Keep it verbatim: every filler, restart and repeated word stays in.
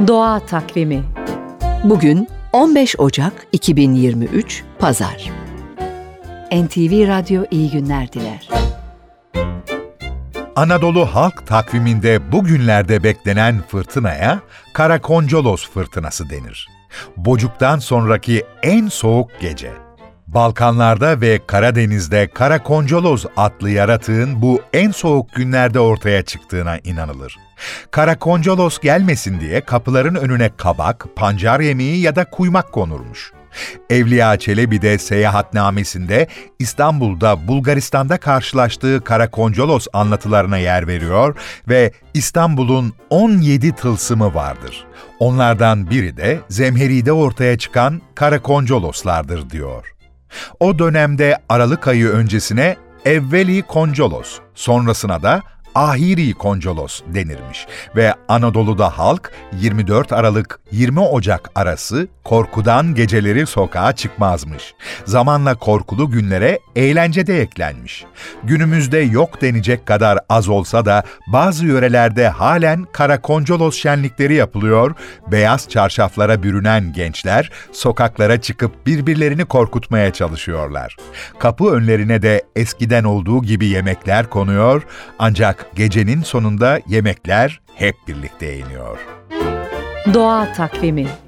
Doğa Takvimi. Bugün on beş Ocak iki bin yirmi üç Pazar. N T V Radyo iyi günler diler. Anadolu halk takviminde bugünlerde beklenen fırtınaya Karakoncolos fırtınası denir. Bocuk'tan sonraki en soğuk gece. Balkanlarda ve Karadeniz'de Karakoncolos adlı yaratığın bu en soğuk günlerde ortaya çıktığına inanılır. Karakoncolos gelmesin diye kapıların önüne kabak, pancar yemeği ya da kuymak konurmuş. Evliya Çelebi de seyahatnamesinde İstanbul'da Bulgaristan'da karşılaştığı Karakoncolos anlatılarına yer veriyor ve İstanbul'un on yedi tılsımı vardır. Onlardan biri de Zemheri'de ortaya çıkan Karakoncoloslardır diyor. O dönemde Aralık ayı öncesine Evveli Koncolos, sonrasına da Ahiri Koncolos denirmiş ve Anadolu'da halk yirmi dört Aralık yirmi Ocak arası korkudan geceleri sokağa çıkmazmış. Zamanla korkulu günlere eğlence de eklenmiş. Günümüzde yok denecek kadar az olsa da bazı yörelerde halen Karakoncolos şenlikleri yapılıyor, beyaz çarşaflara bürünen gençler sokaklara çıkıp birbirlerini korkutmaya çalışıyorlar. Kapı önlerine de eskiden olduğu gibi yemekler konuyor, ancak gecenin sonunda yemekler hep birlikte yeniyor. Doğa Takvimi.